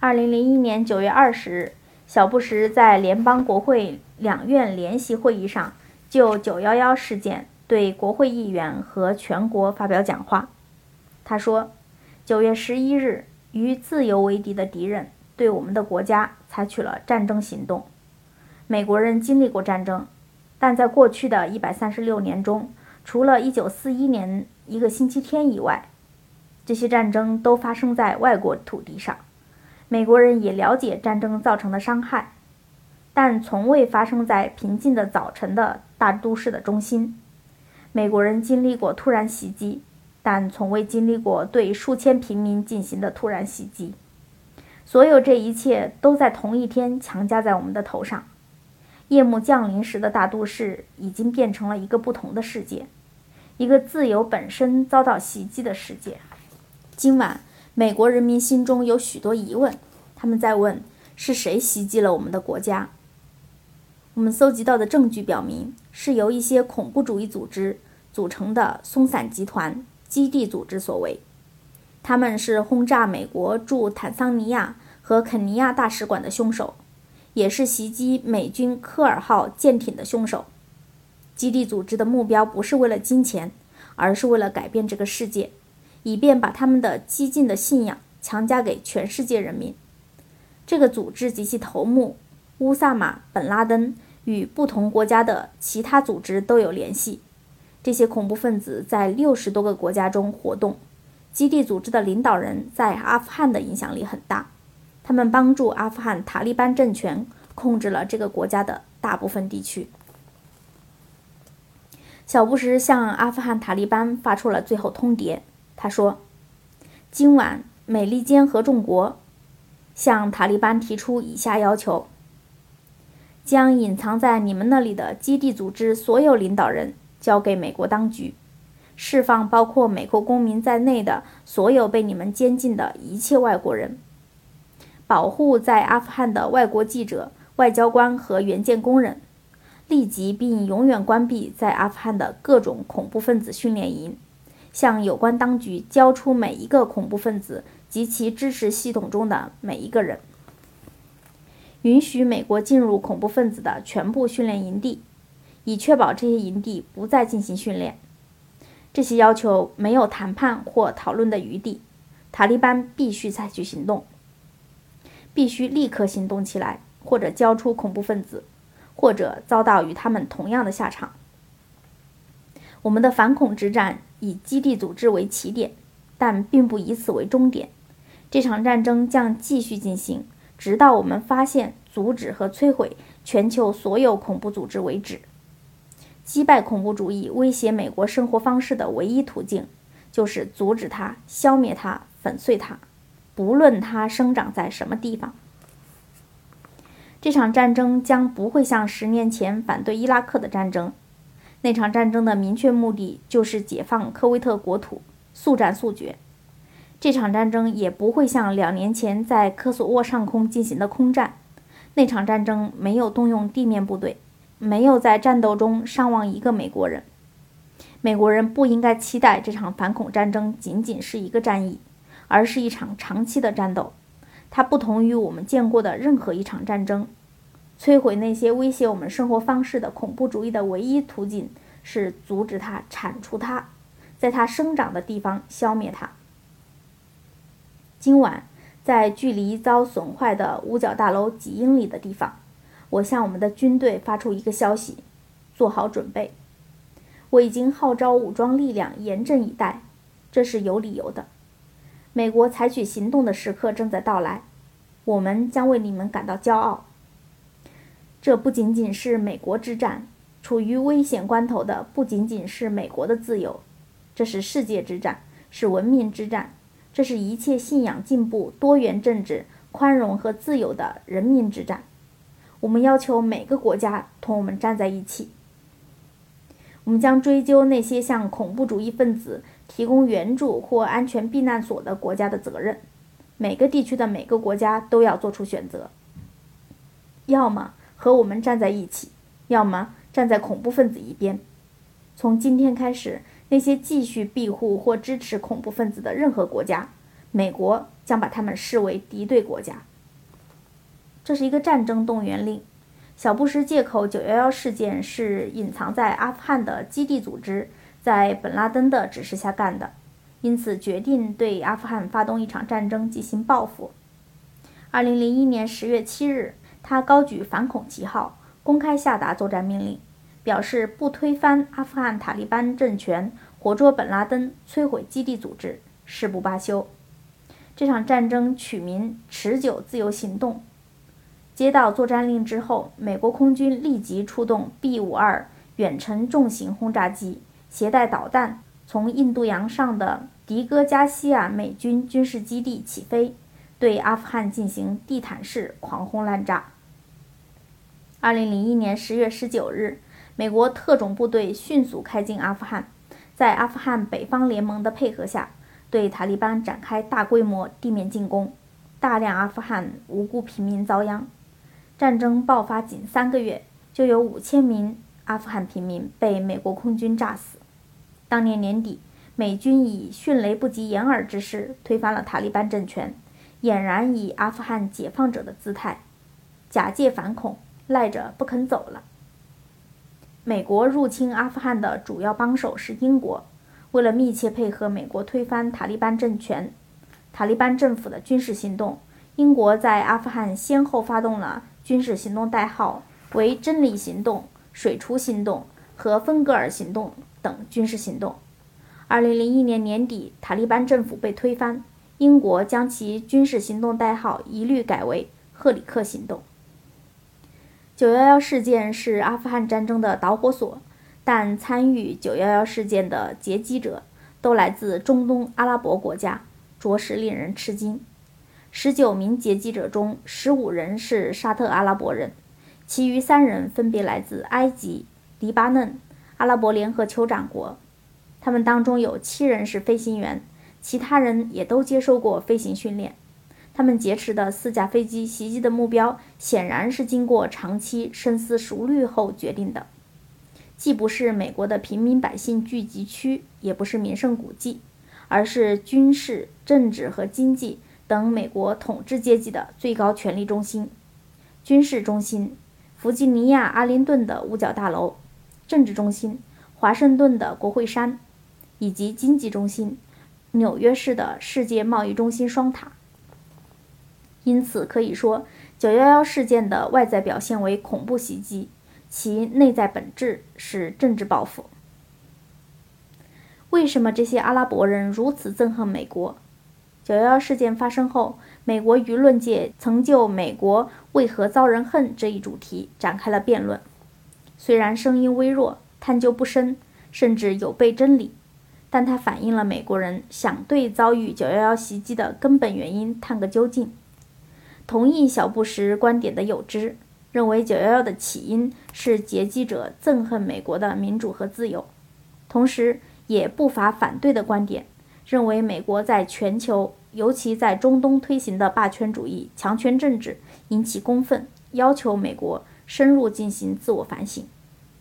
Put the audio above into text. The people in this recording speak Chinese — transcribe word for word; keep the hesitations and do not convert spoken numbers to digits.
二零零一年九月二十日，小布什在联邦国会两院联席会议上就九一一事件对国会议员和全国发表讲话。他说，九月十一日，与自由为敌的敌人对我们的国家采取了战争行动。美国人经历过战争，但在过去的一百三十六年中，除了一九四一年一个星期天以外，这些战争都发生在外国土地上。美国人也了解战争造成的伤害，但从未发生在平静的早晨的大都市的中心。美国人经历过突然袭击，但从未经历过对数千平民进行的突然袭击。所有这一切都在同一天强加在我们的头上。夜幕降临时的大都市已经变成了一个不同的世界，一个自由本身遭到袭击的世界。今晚美国人民心中有许多疑问，他们在问，是谁袭击了我们的国家？我们搜集到的证据表明，是由一些恐怖主义组织组成的松散集团基地组织所为。他们是轰炸美国驻坦桑尼亚和肯尼亚大使馆的凶手，也是袭击美军科尔号舰艇的凶手。基地组织的目标不是为了金钱，而是为了改变这个世界，以便把他们的激进的信仰强加给全世界人民。这个组织及其头目乌萨马·本拉登与不同国家的其他组织都有联系。这些恐怖分子在六十多个国家中活动。基地组织的领导人在阿富汗的影响力很大，他们帮助阿富汗塔利班政权控制了这个国家的大部分地区。小布什向阿富汗塔利班发出了最后通牒，他说，今晚美利坚合众国向塔利班提出以下要求：将隐藏在你们那里的基地组织所有领导人交给美国当局，释放包括美国公民在内的所有被你们监禁的一切外国人，保护在阿富汗的外国记者、外交官和援建工人，立即并永远关闭在阿富汗的各种恐怖分子训练营，向有关当局交出每一个恐怖分子及其支持系统中的每一个人，允许美国进入恐怖分子的全部训练营地，以确保这些营地不再进行训练。这些要求没有谈判或讨论的余地，塔利班必须采取行动，必须立刻行动起来，或者交出恐怖分子，或者遭到与他们同样的下场。我们的反恐之战以基地组织为起点，但并不以此为终点。这场战争将继续进行，直到我们发现、阻止和摧毁全球所有恐怖组织为止。击败恐怖主义威胁美国生活方式的唯一途径，就是阻止它、消灭它、粉碎它，不论它生长在什么地方。这场战争将不会像十年前反对伊拉克的战争，那场战争的明确目的就是解放科威特国土，速战速决。这场战争也不会像两年前在科索沃上空进行的空战，那场战争没有动用地面部队，没有在战斗中伤亡一个美国人。美国人不应该期待这场反恐战争仅仅是一个战役，而是一场长期的战斗。它不同于我们见过的任何一场战争。摧毁那些威胁我们生活方式的恐怖主义的唯一途径是阻止它、铲除它，在它生长的地方消灭它。今晚，在距离遭损坏的五角大楼几英里的地方，我向我们的军队发出一个消息：做好准备。我已经号召武装力量严阵以待，这是有理由的。美国采取行动的时刻正在到来，我们将为你们感到骄傲。这不仅仅是美国之战，处于危险关头的不仅仅是美国的自由，这是世界之战，是文明之战，这是一切信仰进步、多元政治、宽容和自由的人民之战。我们要求每个国家同我们站在一起。我们将追究那些向恐怖主义分子提供援助或安全避难所的国家的责任。每个地区的每个国家都要做出选择，要么和我们站在一起，要么站在恐怖分子一边。从今天开始，那些继续庇护或支持恐怖分子的任何国家，美国将把他们视为敌对国家。 这是一个战争动员令。小布什借口九一一事件是隐藏在阿富汗的基地组织在本拉登的指示下干的，因此决定对阿富汗发动一场战争进行报复。二零零一年十月七日，他高举反恐旗号，公开下达作战命令，表示不推翻阿富汗塔利班政权，活捉本拉登，摧毁基地组织，誓不罢休。这场战争取名“持久自由行动”。接到作战令之后，美国空军立即出动 B 五十二 远程重型轰炸机，携带导弹，从印度洋上的迪戈加西亚美军军事基地起飞，对阿富汗进行地毯式狂轰滥炸。二零零一年十月十九日，美国特种部队迅速开进阿富汗，在阿富汗北方联盟的配合下，对塔利班展开大规模地面进攻，大量阿富汗无辜平民遭殃。战争爆发仅三个月，就有五千名阿富汗平民被美国空军炸死。当年年底，美军以迅雷不及掩耳之势推翻了塔利班政权，俨然以阿富汗解放者的姿态，假借反恐，赖着不肯走了。美国入侵阿富汗的主要帮手是英国，为了密切配合美国推翻塔利班政权、塔利班政府的军事行动，英国在阿富汗先后发动了军事行动代号为真理行动、水厨行动和芬格尔行动等军事行动。二零零一年年底，塔利班政府被推翻，英国将其军事行动代号一律改为赫里克行动。九一一事件是阿富汗战争的导火索，但参与九一一事件的劫机者都来自中东阿拉伯国家，着实令人吃惊。十九名劫机者中，十五人是沙特阿拉伯人，其余三人分别来自埃及、黎巴嫩、阿拉伯联合酋长国。他们当中有七人是飞行员，其他人也都接受过飞行训练。他们劫持的四架飞机袭击的目标显然是经过长期深思熟虑后决定的，既不是美国的平民百姓聚集区，也不是名胜古迹，而是军事、政治和经济等美国统治阶级的最高权力中心。军事中心，弗吉尼亚阿灵顿的五角大楼；政治中心，华盛顿的国会山；以及经济中心，纽约市的世界贸易中心双塔。因此可以说，九一一事件的外在表现为恐怖袭击，其内在本质是政治报复。为什么这些阿拉伯人如此憎恨美国？九一一事件发生后，美国舆论界曾就美国为何遭人恨这一主题展开了辩论。虽然声音微弱，探究不深，甚至有悖真理，但它反映了美国人想对遭遇九一一袭击的根本原因探个究竟。同意小布什观点的有之，认为九一一的起因是劫机者憎恨美国的民主和自由，同时也不乏反对的观点，认为美国在全球，尤其在中东推行的霸权主义、强权政治引起公愤，要求美国深入进行自我反省。